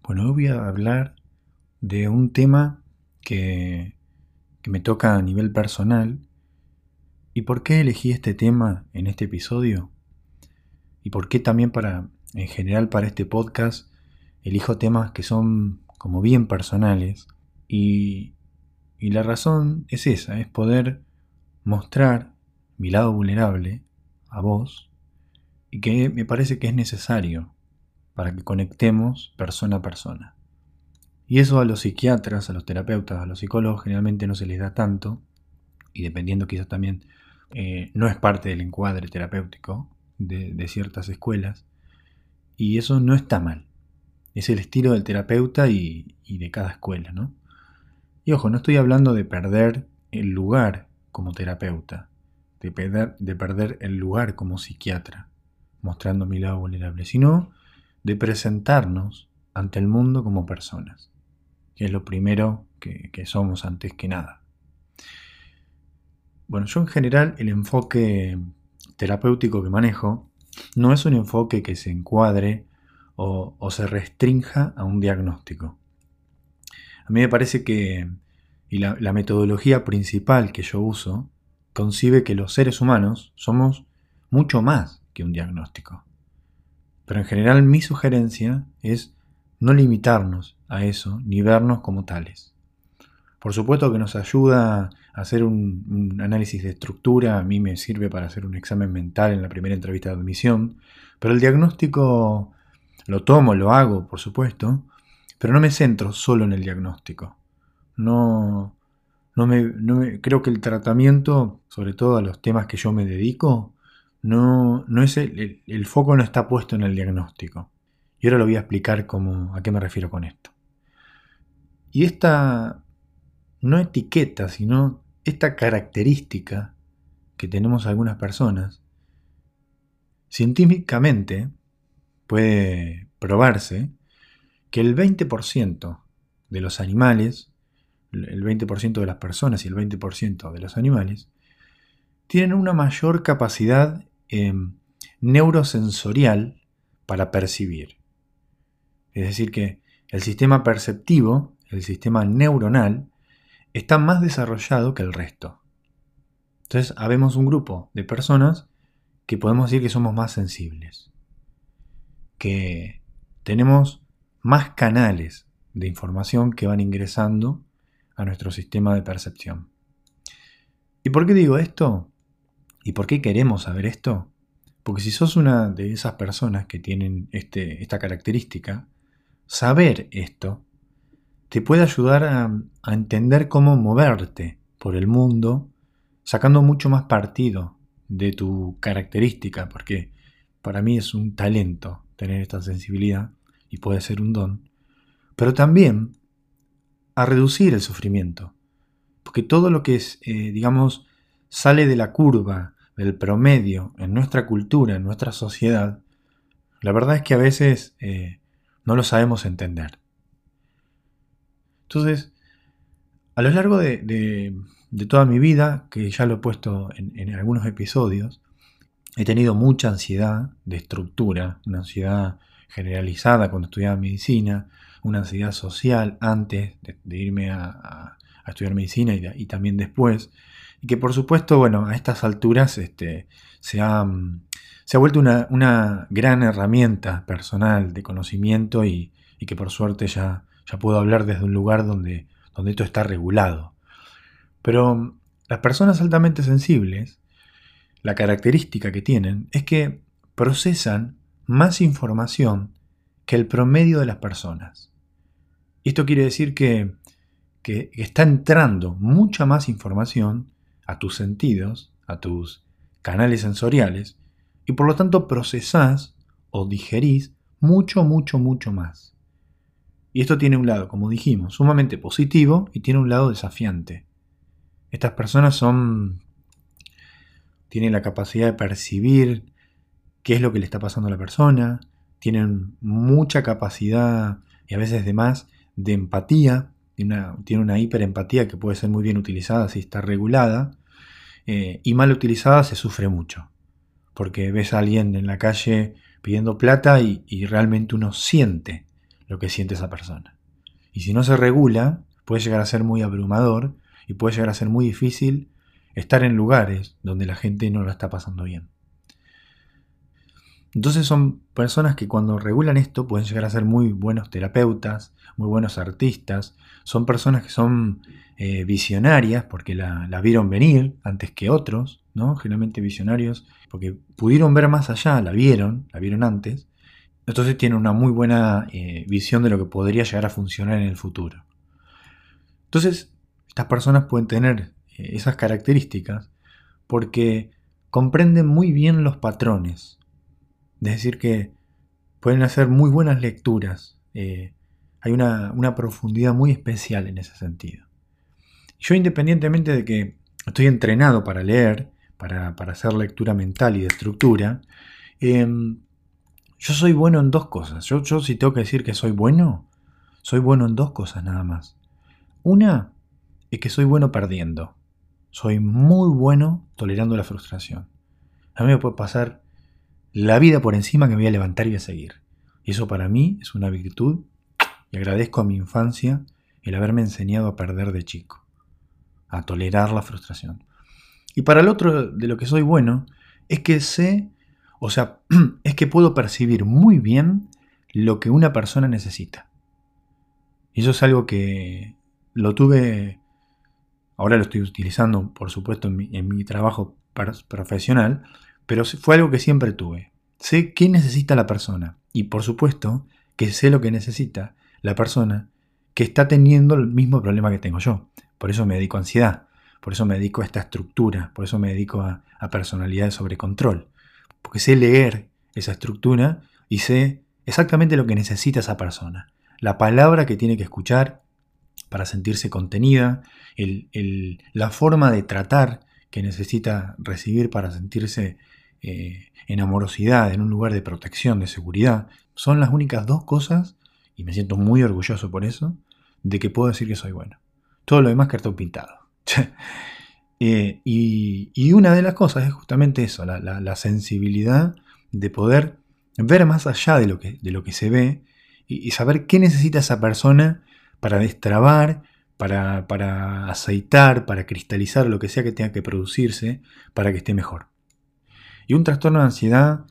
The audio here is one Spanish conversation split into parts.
Bueno, hoy voy a hablar de un tema que me toca a nivel personal. ¿Y por qué elegí este tema en este episodio? ¿Y por qué también en general para este podcast, elijo temas que son como bien personales? Y, y la razón es esa, es poder mostrar mi lado vulnerable a vos y que me parece que es necesario para que conectemos persona a persona. Y eso a los psiquiatras, a los terapeutas, a los psicólogos generalmente no se les da tanto, y dependiendo quizás también no es parte del encuadre terapéutico de ciertas escuelas, y eso no está mal. Es el estilo del terapeuta y de cada escuela, ¿no? Y ojo, no estoy hablando de perder el lugar como terapeuta, de perder el lugar como psiquiatra, mostrando mi lado vulnerable, sino de presentarnos ante el mundo como personas, que es lo primero que somos antes que nada. Bueno, yo en general el enfoque terapéutico que manejo no es un enfoque que se encuadre o se restrinja a un diagnóstico. A mí me parece que la metodología principal que yo uso concibe que los seres humanos somos mucho más que un diagnóstico. Pero en general mi sugerencia es no limitarnos a eso ni vernos como tales. Por supuesto que nos ayuda a hacer un análisis de estructura, a mí me sirve para hacer un examen mental en la primera entrevista de admisión, pero el diagnóstico lo tomo, lo hago, por supuesto, pero no me centro solo en el diagnóstico. No creo que el tratamiento, sobre todo a los temas que yo me dedico, no es el foco no está puesto en el diagnóstico. Y ahora lo voy a explicar a qué me refiero con esto. Y esta no etiqueta, sino esta característica que tenemos algunas personas, científicamente puede probarse que el 20% de los animales, el 20% de las personas y el 20% de los animales, tienen una mayor capacidad neurosensorial para percibir. Es decir, que el sistema perceptivo, el sistema neuronal, está más desarrollado que el resto. Entonces, habemos un grupo de personas que podemos decir que somos más sensibles, que tenemos más canales de información que van ingresando a nuestro sistema de percepción. ¿Y por qué digo esto? ¿Y por qué queremos saber esto? Porque si sos una de esas personas que tienen esta característica, saber esto te puede ayudar a entender cómo moverte por el mundo, sacando mucho más partido de tu característica, porque para mí es un talento tener esta sensibilidad y puede ser un don, pero también a reducir el sufrimiento, porque todo lo que es, sale de la curva, del promedio, en nuestra cultura, en nuestra sociedad, la verdad es que a veces no lo sabemos entender. Entonces, a lo largo de toda mi vida, que ya lo he puesto en algunos episodios, he tenido mucha ansiedad de estructura, una ansiedad generalizada cuando estudiaba medicina, una ansiedad social antes de irme a estudiar medicina y también después, y que por supuesto, bueno, a estas alturas se ha vuelto una gran herramienta personal de conocimiento y que por suerte ya puedo hablar desde un lugar donde esto está regulado. Pero las personas altamente sensibles, la característica que tienen es que procesan más información que el promedio de las personas. Esto quiere decir que está entrando mucha más información a tus sentidos, a tus canales sensoriales, y por lo tanto procesás o digerís mucho más. Y esto tiene un lado, como dijimos, sumamente positivo y tiene un lado desafiante. Estas personas tienen la capacidad de percibir qué es lo que le está pasando a la persona, tienen mucha capacidad y a veces de más de empatía, tiene una hiperempatía que puede ser muy bien utilizada si está regulada, y mal utilizada se sufre mucho, porque ves a alguien en la calle pidiendo plata y realmente uno siente lo que siente esa persona. Y si no se regula, puede llegar a ser muy abrumador y puede llegar a ser muy difícil estar en lugares donde la gente no lo está pasando bien. Entonces son personas que cuando regulan esto pueden llegar a ser muy buenos terapeutas, muy buenos artistas. Son personas que son visionarias porque la vieron venir antes que otros, ¿no? Generalmente visionarios porque pudieron ver más allá, la vieron antes. Entonces tienen una muy buena visión de lo que podría llegar a funcionar en el futuro. Entonces, estas personas pueden tener esas características porque comprenden muy bien los patrones. Es decir, que pueden hacer muy buenas lecturas. Hay una profundidad muy especial en ese sentido. Yo, independientemente de que estoy entrenado para leer, para hacer lectura mental y de estructura, yo soy bueno en dos cosas. Yo si tengo que decir que soy bueno en dos cosas nada más. Una es que soy bueno perdiendo. Soy muy bueno tolerando la frustración. A mí me puede pasar la vida por encima que me voy a levantar y voy a seguir. Y eso para mí es una virtud y agradezco a mi infancia el haberme enseñado a perder de chico, a tolerar la frustración. Y para el otro de lo que soy bueno es que es que puedo percibir muy bien lo que una persona necesita. Y eso es algo que lo tuve, ahora lo estoy utilizando por supuesto en mi trabajo profesional, pero fue algo que siempre tuve. Sé qué necesita la persona y por supuesto que sé lo que necesita la persona que está teniendo el mismo problema que tengo yo. Por eso me dedico a ansiedad, por eso me dedico a esta estructura, por eso me dedico a personalidades sobre control. Porque sé leer esa estructura y sé exactamente lo que necesita esa persona. La palabra que tiene que escuchar para sentirse contenida, la forma de tratar que necesita recibir para sentirse en amorosidad, en un lugar de protección, de seguridad. Son las únicas dos cosas, y me siento muy orgulloso por eso, de que puedo decir que soy bueno. Todo lo demás cartón pintado. Y una de las cosas es justamente eso, la sensibilidad de poder ver más allá de lo que se ve y saber qué necesita esa persona para destrabar, para aceitar, para cristalizar lo que sea que tenga que producirse para que esté mejor. Y un trastorno de ansiedad,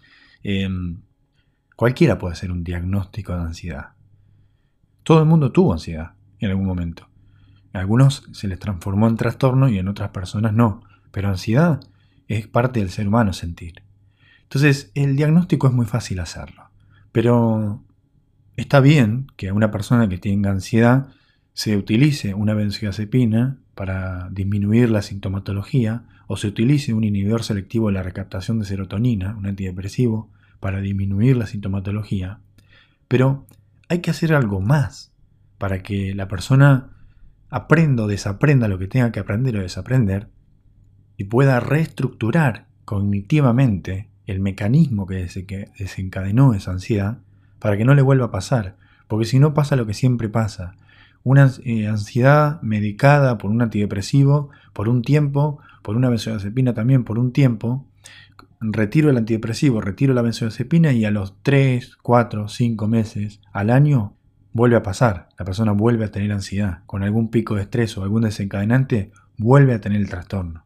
cualquiera puede hacer un diagnóstico de ansiedad. Todo el mundo tuvo ansiedad en algún momento. A algunos se les transformó en trastorno y en otras personas no. Pero ansiedad es parte del ser humano sentir. Entonces, el diagnóstico es muy fácil hacerlo. Pero está bien que a una persona que tenga ansiedad se utilice una benzodiazepina para disminuir la sintomatología o se utilice un inhibidor selectivo de la recaptación de serotonina, un antidepresivo, para disminuir la sintomatología. Pero hay que hacer algo más para que la persona aprenda o desaprenda lo que tenga que aprender o desaprender y pueda reestructurar cognitivamente el mecanismo que desencadenó esa ansiedad para que no le vuelva a pasar. Porque si no pasa lo que siempre pasa. Una ansiedad medicada por un antidepresivo por un tiempo, por una benzodiazepina también por un tiempo, retiro el antidepresivo, retiro la benzodiazepina y a los 3, 4, 5 meses al año vuelve a pasar. La persona vuelve a tener ansiedad. Con algún pico de estrés o algún desencadenante vuelve a tener el trastorno.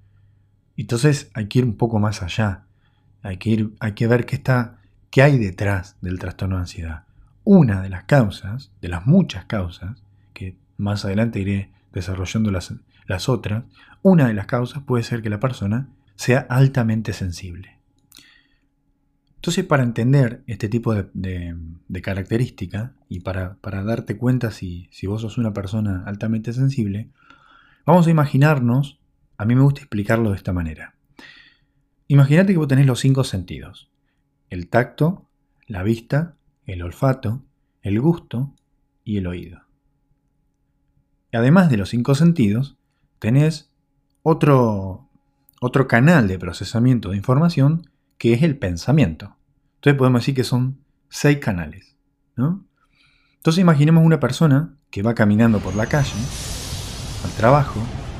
Entonces hay que ir un poco más allá. Hay que ver qué hay detrás del trastorno de ansiedad. Una de las causas, de las muchas causas, que más adelante iré desarrollando las otras, una de las causas puede ser que la persona sea altamente sensible. Entonces, para entender este tipo de característica y para darte cuenta si vos sos una persona altamente sensible, vamos a imaginarnos, a mí me gusta explicarlo de esta manera. Imagínate que vos tenés los 5 sentidos: el tacto, la vista, el olfato, el gusto y el oído. Además de los 5 sentidos, tenés otro canal de procesamiento de información que es el pensamiento. Entonces podemos decir que son 6 canales, ¿no? Entonces imaginemos una persona que va caminando por la calle, al trabajo,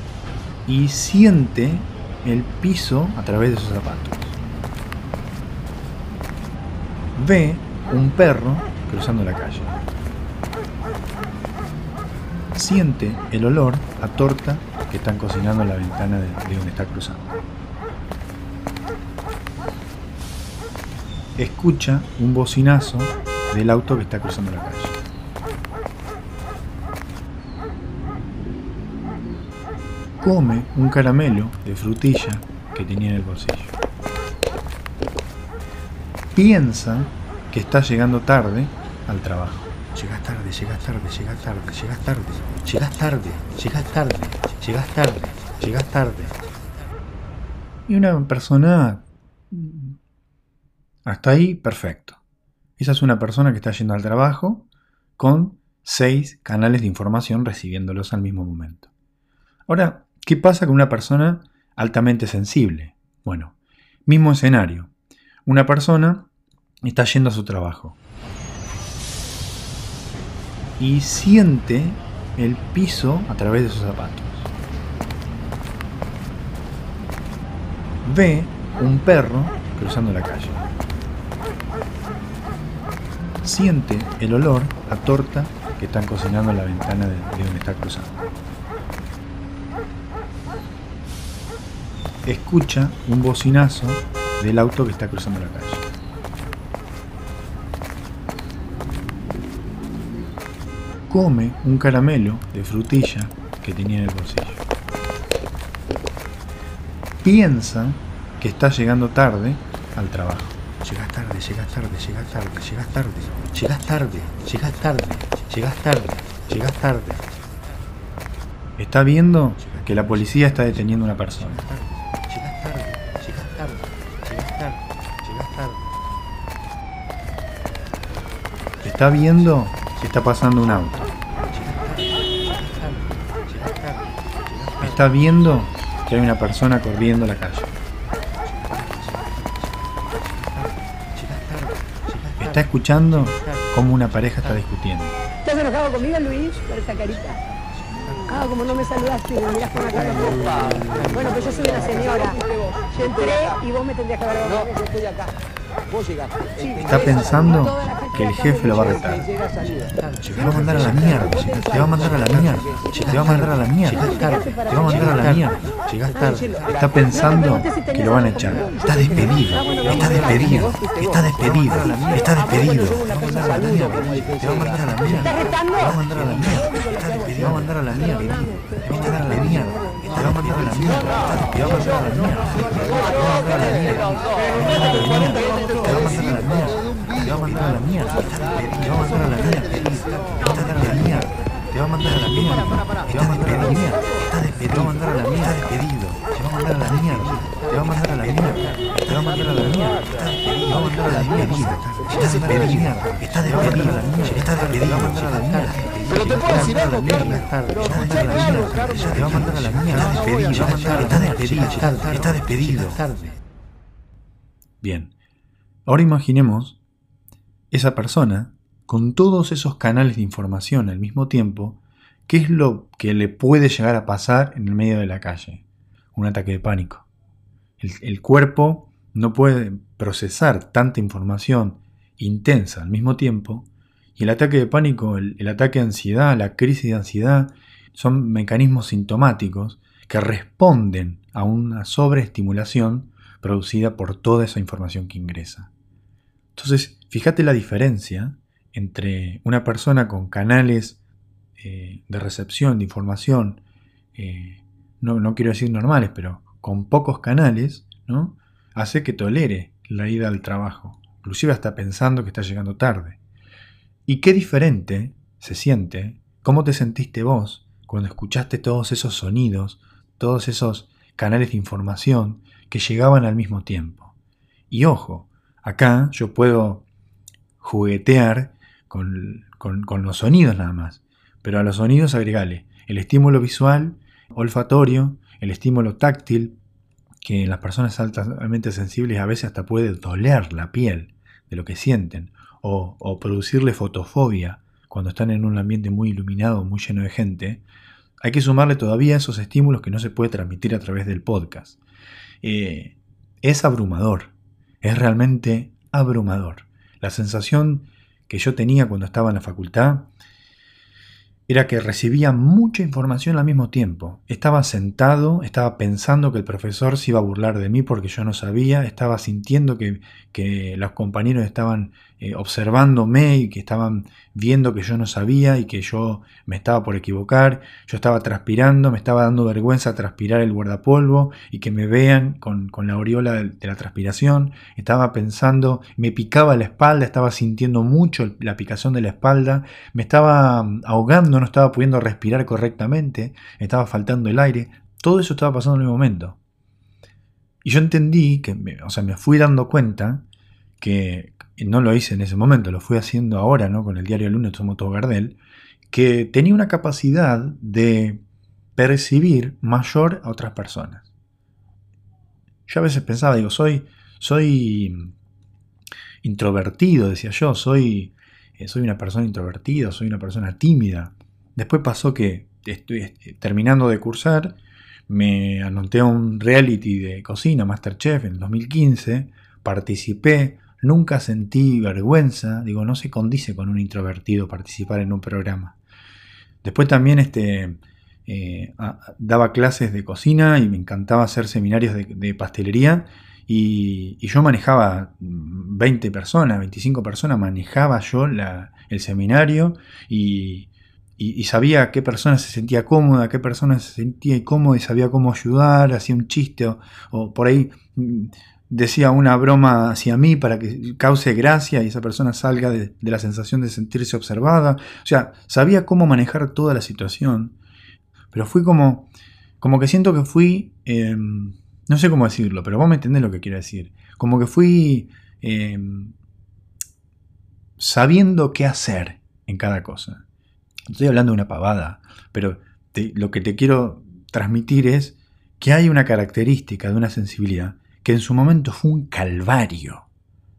y siente el piso a través de sus zapatos. Ve un perro cruzando la calle. Siente el olor a torta que están cocinando en la ventana de donde está cruzando. Escucha un bocinazo del auto que está cruzando la calle. Come un caramelo de frutilla que tenía en el bolsillo. Piensa que está llegando tarde al trabajo. Llegas tarde, llegas tarde, llegas tarde, llegas tarde, llegas tarde, llegas tarde, llegas tarde, llegas tarde. Y una persona... Hasta ahí, perfecto. Esa es una persona que está yendo al trabajo con 6 canales de información recibiéndolos al mismo momento. Ahora, ¿qué pasa con una persona altamente sensible? Bueno, mismo escenario. Una persona está yendo a su trabajo y siente el piso a través de sus zapatos. Ve un perro cruzando la calle. Siente el olor a torta que están cocinando en la ventana de donde está cruzando. Escucha un bocinazo del auto que está cruzando la calle. Come un caramelo de frutilla que tenía en el bolsillo. Piensa que está llegando tarde al trabajo. Llegas tarde, llegas tarde, llegas tarde, llegas tarde, llegas tarde, llegas tarde, llegas tarde, llegas tarde. Está viendo que la policía está deteniendo a una persona. Llegas tarde, llegas tarde, llegas tarde, llegas tarde. Está viendo que está pasando un auto. Está viendo que hay una persona corriendo la calle. Está escuchando cómo una pareja está discutiendo. ¿Estás enojado conmigo, Luis, por esa carita? Ah, como no me saludaste, me mirás con una cara preocupada. Bueno, pues yo soy una señora. Yo entré y vos me tendrías que haber dado. No, yo estoy acá. Vos llegaste. Sí, está pensando que el jefe lo va a retar. Te va a mandar a la mierda. Te va a mandar a la mierda. Te va a mandar a la mierda. Te va a mandar a la mierda. Llegas tarde. Está pensando que lo van a echar. Está despedido. Está despedido. Está despedido. Está despedido. Te va a mandar a la mierda. Te va a mandar a la mierda. Te va a mandar a la mierda. Te va a mandar a la mierda. Te va a mandar a la mierda. Te va a mandar a la mierda. Te va a mandar a la mierda. Te va a mandar a la mierda. Te va a mandar a la mierda. Te va a mandar a la mierda. Te va a mandar a la mierda. Te va a mandar a la mierda. Está despedido. Te va a mandar a la mierda. Despedido. Te va a mandar a la mierda. Te va a mandar a la mierda. Te va a mandar a la mierda. Te va a mandar a la mierda. Está despedido. Está despedido. Está despedido. Te va a mandar a la mierda. Pero te puedo decir algo, Carlos. Está mandar a la mierda. Te va a mandar a la mierda. Está despedido. Está despedido. Bien. Ahora imaginemos esa persona con todos esos canales de información al mismo tiempo. ¿Qué es lo que le puede llegar a pasar en el medio de la calle? Un ataque de pánico. El cuerpo no puede procesar tanta información intensa al mismo tiempo. Y el ataque de pánico, el ataque de ansiedad, la crisis de ansiedad, son mecanismos sintomáticos que responden a una sobreestimulación producida por toda esa información que ingresa. Entonces, fíjate la diferencia entre una persona con canales de recepción de información, no quiero decir normales, pero con pocos canales, ¿no? Hace que tolere la ida al trabajo, inclusive hasta pensando que está llegando tarde. Y qué diferente se siente, cómo te sentiste vos cuando escuchaste todos esos sonidos, todos esos canales de información que llegaban al mismo tiempo. Y ojo, acá yo puedo juguetear con los sonidos nada más, pero a los sonidos agregale el estímulo visual, olfatorio, el estímulo táctil, que en las personas altamente sensibles a veces hasta puede doler la piel de lo que sienten, o producirle fotofobia cuando están en un ambiente muy iluminado, muy lleno de gente. Hay que sumarle todavía esos estímulos que no se puede transmitir a través del podcast. Es abrumador, es realmente abrumador. La sensación que yo tenía cuando estaba en la facultad era que recibía mucha información al mismo tiempo. Estaba sentado, estaba pensando que el profesor se iba a burlar de mí porque yo no sabía, estaba sintiendo que los compañeros estaban observándome y que estaban viendo que yo no sabía y que yo me estaba por equivocar. Yo estaba transpirando, me estaba dando vergüenza transpirar el guardapolvo y que me vean con la aureola de la transpiración. Estaba pensando, me picaba la espalda, estaba sintiendo mucho la picazón de la espalda, me estaba ahogando, no estaba pudiendo respirar correctamente, me estaba faltando el aire. Todo eso estaba pasando en el momento. Y yo entendí me fui dando cuenta que no lo hice en ese momento, lo fui haciendo ahora, ¿no? Con el diario El Lunes Somos Todos Gardel, que tenía una capacidad de percibir mayor a otras personas. Yo a veces pensaba, digo, soy introvertido, decía yo, soy una persona introvertida, soy una persona tímida. Después pasó que estoy terminando de cursar, me anoté a un reality de cocina, MasterChef, en el 2015, participé, nunca sentí vergüenza, digo, no se condice con un introvertido participar en un programa. Después también daba clases de cocina y me encantaba hacer seminarios de pastelería y yo manejaba 20 personas, 25 personas, manejaba yo el seminario y sabía qué persona se sentía cómoda, qué persona se sentía incómoda y sabía cómo ayudar, hacía un chiste o por ahí decía una broma hacia mí para que cause gracia y esa persona salga de la sensación de sentirse observada. O sea, sabía cómo manejar toda la situación, pero fui como que siento que fui, no sé cómo decirlo, pero vos me entendés lo que quiero decir. Como que fui sabiendo qué hacer en cada cosa. Estoy hablando de una pavada, pero lo que te quiero transmitir es que hay una característica de una sensibilidad que en su momento fue un calvario,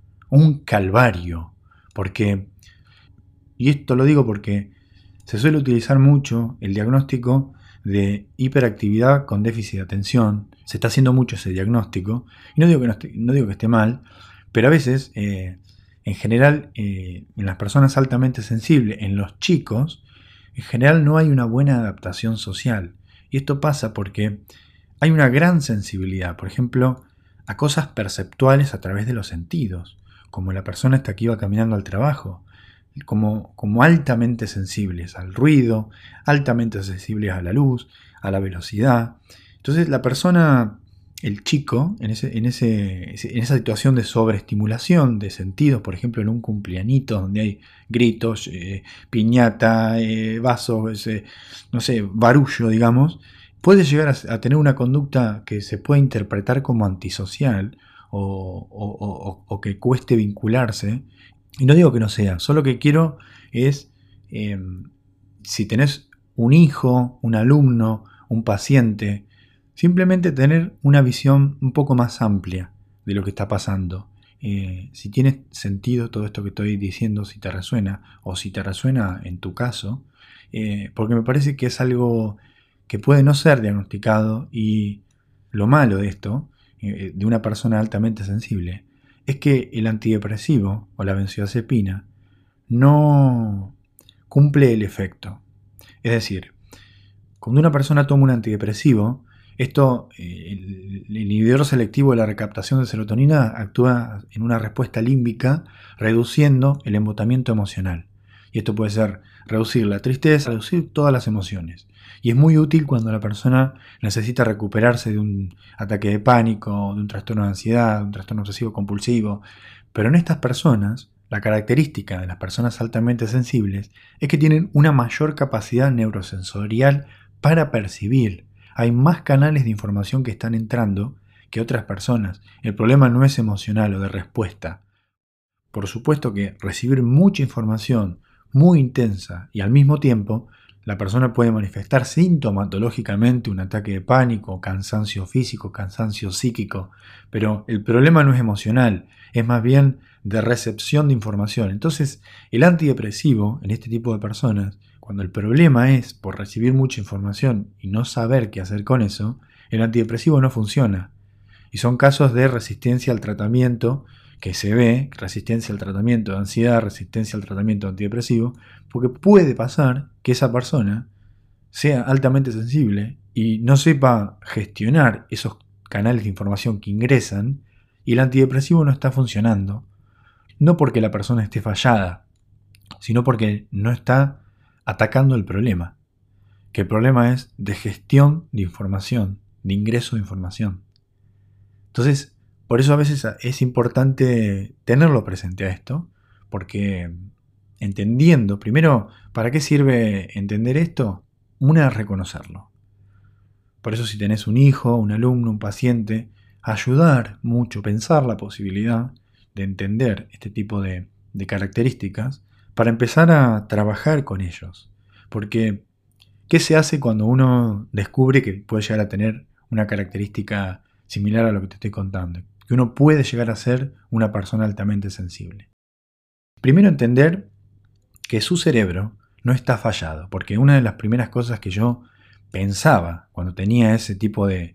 porque, y esto lo digo porque se suele utilizar mucho el diagnóstico de hiperactividad con déficit de atención, se está haciendo mucho ese diagnóstico, y no digo que esté mal, pero a veces, en general, en las personas altamente sensibles, en los chicos, en general no hay una buena adaptación social, y esto pasa porque hay una gran sensibilidad, por ejemplo, a cosas perceptuales a través de los sentidos, como la persona esta que iba caminando al trabajo, como altamente sensibles al ruido, altamente sensibles a la luz, a la velocidad. Entonces la persona, el chico, en esa situación de sobreestimulación de sentidos, por ejemplo en un cumpleañito donde hay gritos, piñata, vasos, no sé, barullo, digamos, puede llegar a tener una conducta que se puede interpretar como antisocial o que cueste vincularse. Y no digo que no sea, solo que quiero es, si tenés un hijo, un alumno, un paciente, simplemente tener una visión un poco más amplia de lo que está pasando. Si tiene sentido todo esto que estoy diciendo, si te resuena, o si te resuena en tu caso, porque me parece que es algo que puede no ser diagnosticado, y lo malo de esto, de una persona altamente sensible, es que el antidepresivo o la benzodiazepina no cumple el efecto. Es decir, cuando una persona toma un antidepresivo, el inhibidor selectivo de la recaptación de serotonina actúa en una respuesta límbica, reduciendo el embotamiento emocional. Y esto puede ser reducir la tristeza, reducir todas las emociones. Y es muy útil cuando la persona necesita recuperarse de un ataque de pánico, de un trastorno de ansiedad, de un trastorno obsesivo compulsivo. Pero en estas personas, la característica de las personas altamente sensibles es que tienen una mayor capacidad neurosensorial para percibir. Hay más canales de información que están entrando que otras personas. El problema no es emocional o de respuesta. Por supuesto que recibir mucha información muy intensa y al mismo tiempo la persona puede manifestar sintomatológicamente un ataque de pánico, cansancio físico, cansancio psíquico, pero el problema no es emocional, es más bien de recepción de información. Entonces, el antidepresivo en este tipo de personas, cuando el problema es por recibir mucha información y no saber qué hacer con eso, el antidepresivo no funciona. Y son casos de resistencia al tratamiento que se ve, resistencia al tratamiento de ansiedad, resistencia al tratamiento antidepresivo, porque puede pasar que esa persona sea altamente sensible y no sepa gestionar esos canales de información que ingresan y el antidepresivo no está funcionando, no porque la persona esté fallada, sino porque no está atacando el problema, que el problema es de gestión de información, de ingreso de información. Entonces, por eso a veces es importante tenerlo presente a esto, porque entendiendo, primero, ¿para qué sirve entender esto? Una es reconocerlo. Por eso si tenés un hijo, un alumno, un paciente, ayudar mucho, pensar la posibilidad de entender este tipo de características para empezar a trabajar con ellos. Porque, ¿qué se hace cuando uno descubre que puede llegar a tener una característica similar a lo que te estoy contando? Que uno puede llegar a ser una persona altamente sensible. Primero entender que su cerebro no está fallado, porque una de las primeras cosas que yo pensaba cuando tenía ese tipo de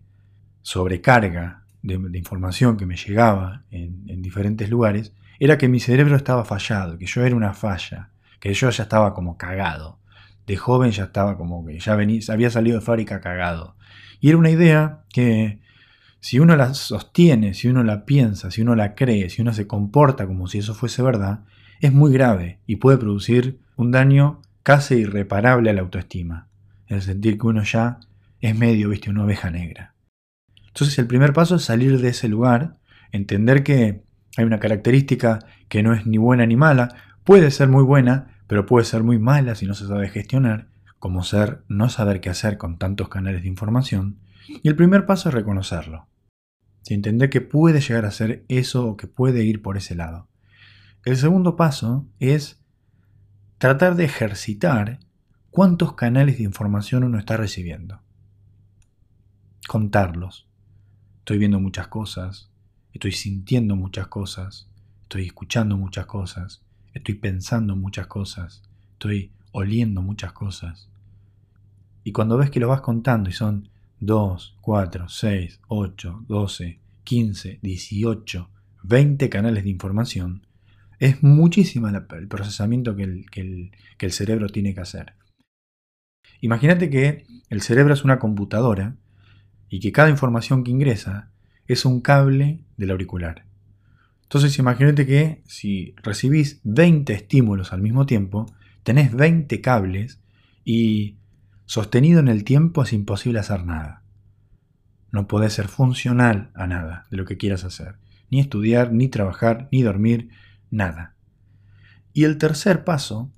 sobrecarga de información que me llegaba en diferentes lugares, era que mi cerebro estaba fallado, que yo era una falla, que yo ya estaba como cagado. De joven ya estaba como que ya había salido de fábrica cagado. Y era una idea que si uno la sostiene, si uno la piensa, si uno la cree, si uno se comporta como si eso fuese verdad, es muy grave y puede producir un daño casi irreparable a la autoestima. El sentir que uno ya es medio, una oveja negra. Entonces el primer paso es salir de ese lugar, entender que hay una característica que no es ni buena ni mala, puede ser muy buena, pero puede ser muy mala si no se sabe gestionar, como no saber qué hacer con tantos canales de información. Y el primer paso es reconocerlo. Y entender que puede llegar a ser eso o que puede ir por ese lado. El segundo paso es tratar de ejercitar cuántos canales de información uno está recibiendo. Contarlos. Estoy viendo muchas cosas, estoy sintiendo muchas cosas, estoy escuchando muchas cosas, estoy pensando muchas cosas, estoy oliendo muchas cosas. Y cuando ves que lo vas contando y son 2, 4, 6, 8, 12, 15, 18, 20 canales de información, es muchísimo el procesamiento que el cerebro tiene que hacer. Imagínate que el cerebro es una computadora y que cada información que ingresa es un cable del auricular. Entonces imagínate que si recibís 20 estímulos al mismo tiempo, tenés 20 cables y sostenido en el tiempo es imposible hacer nada. No podés ser funcional a nada de lo que quieras hacer. Ni estudiar, ni trabajar, ni dormir, nada. Y el tercer paso,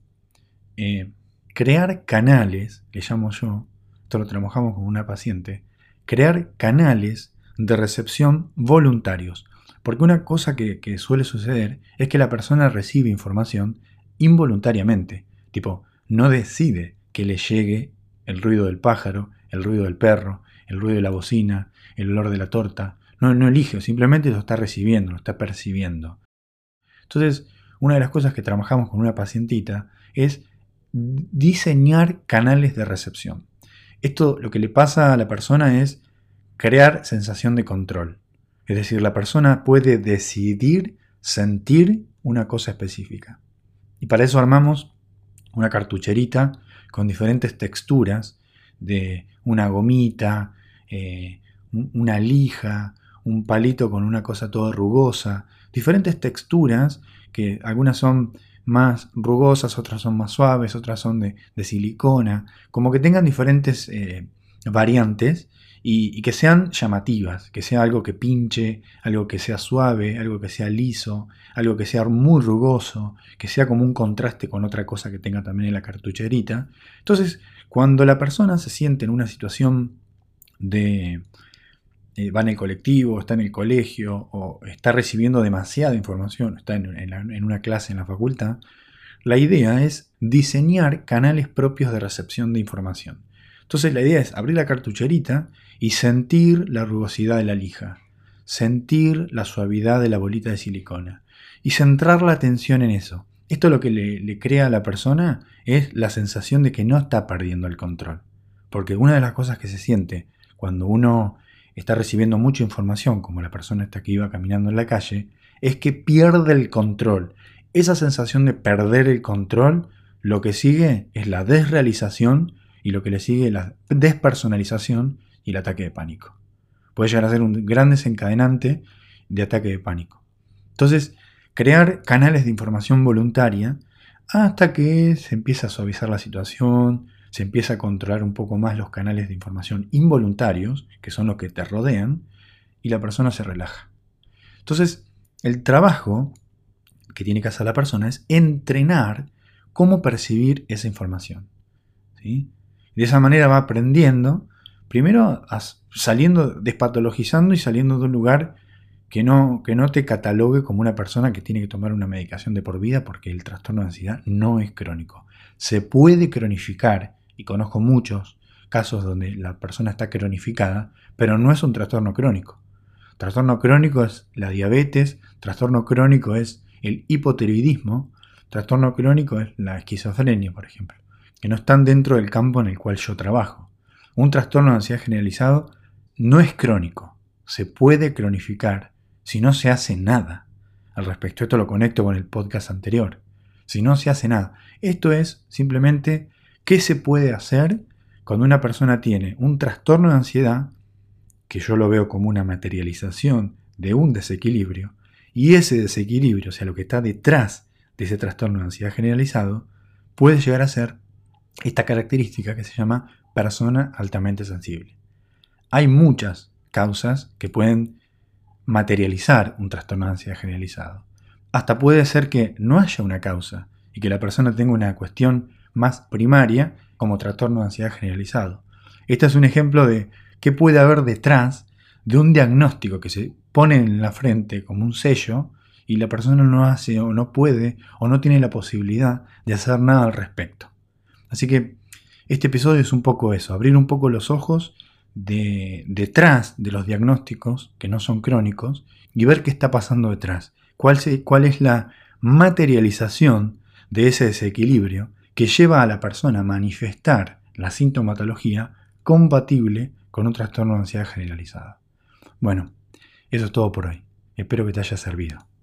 crear canales, le llamo yo, esto lo trabajamos con una paciente, crear canales de recepción voluntarios. Porque una cosa que suele suceder es que la persona recibe información involuntariamente. Tipo, no decide que le llegue el ruido del pájaro, el ruido del perro, el ruido de la bocina, el olor de la torta. No elige, simplemente lo está recibiendo, lo está percibiendo. Entonces, una de las cosas que trabajamos con una pacientita es diseñar canales de recepción. Esto lo que le pasa a la persona es crear sensación de control. Es decir, la persona puede decidir sentir una cosa específica. Y para eso armamos una cartucherita con diferentes texturas de una gomita, una lija, un palito con una cosa toda rugosa, diferentes texturas que algunas son más rugosas, otras son más suaves, otras son de silicona, como que tengan diferentes variantes y que sean llamativas, que sea algo que pinche, algo que sea suave, algo que sea liso, algo que sea muy rugoso, que sea como un contraste con otra cosa que tenga también en la cartucherita. Entonces, cuando la persona se siente en una situación de va en el colectivo, está en el colegio o está recibiendo demasiada información, está en una clase en la facultad, la idea es diseñar canales propios de recepción de información. Entonces la idea es abrir la cartucherita y sentir la rugosidad de la lija, sentir la suavidad de la bolita de silicona y centrar la atención en eso. Esto lo que le crea a la persona es la sensación de que no está perdiendo el control. Porque una de las cosas que se siente cuando uno está recibiendo mucha información, como la persona esta que iba caminando en la calle, es que pierde el control. Esa sensación de perder el control, lo que sigue es la desrealización y lo que le sigue es la despersonalización y el ataque de pánico. Puede llegar a ser un gran desencadenante de ataque de pánico. Entonces, crear canales de información voluntaria hasta que se empieza a suavizar la situación, se empieza a controlar un poco más los canales de información involuntarios, que son los que te rodean, y la persona se relaja. Entonces, el trabajo que tiene que hacer la persona es entrenar cómo percibir esa información, ¿sí? De esa manera va aprendiendo, primero saliendo, despatologizando y saliendo de un lugar que no te catalogue como una persona que tiene que tomar una medicación de por vida, porque el trastorno de ansiedad no es crónico. Se puede cronificar, y conozco muchos casos donde la persona está cronificada, pero no es un trastorno crónico. Trastorno crónico es la diabetes, trastorno crónico es el hipotiroidismo, trastorno crónico es la esquizofrenia, por ejemplo, que no están dentro del campo en el cual yo trabajo. Un trastorno de ansiedad generalizado no es crónico, se puede cronificar si no se hace nada. Al respecto, esto lo conecto con el podcast anterior. Si no se hace nada. Esto es simplemente qué se puede hacer cuando una persona tiene un trastorno de ansiedad, que yo lo veo como una materialización de un desequilibrio, y ese desequilibrio, o sea, lo que está detrás de ese trastorno de ansiedad generalizado, puede llegar a ser esta característica que se llama persona altamente sensible. Hay muchas causas que pueden materializar un trastorno de ansiedad generalizado. Hasta puede ser que no haya una causa y que la persona tenga una cuestión más primaria como trastorno de ansiedad generalizado. Este es un ejemplo de qué puede haber detrás de un diagnóstico que se pone en la frente como un sello y la persona no hace o no puede o no tiene la posibilidad de hacer nada al respecto. Así que este episodio es un poco eso, abrir un poco los ojos detrás de los diagnósticos que no son crónicos y ver qué está pasando detrás. ¿Cuál es la materialización de ese desequilibrio que lleva a la persona a manifestar la sintomatología compatible con un trastorno de ansiedad generalizada? Bueno, eso es todo por hoy. Espero que te haya servido.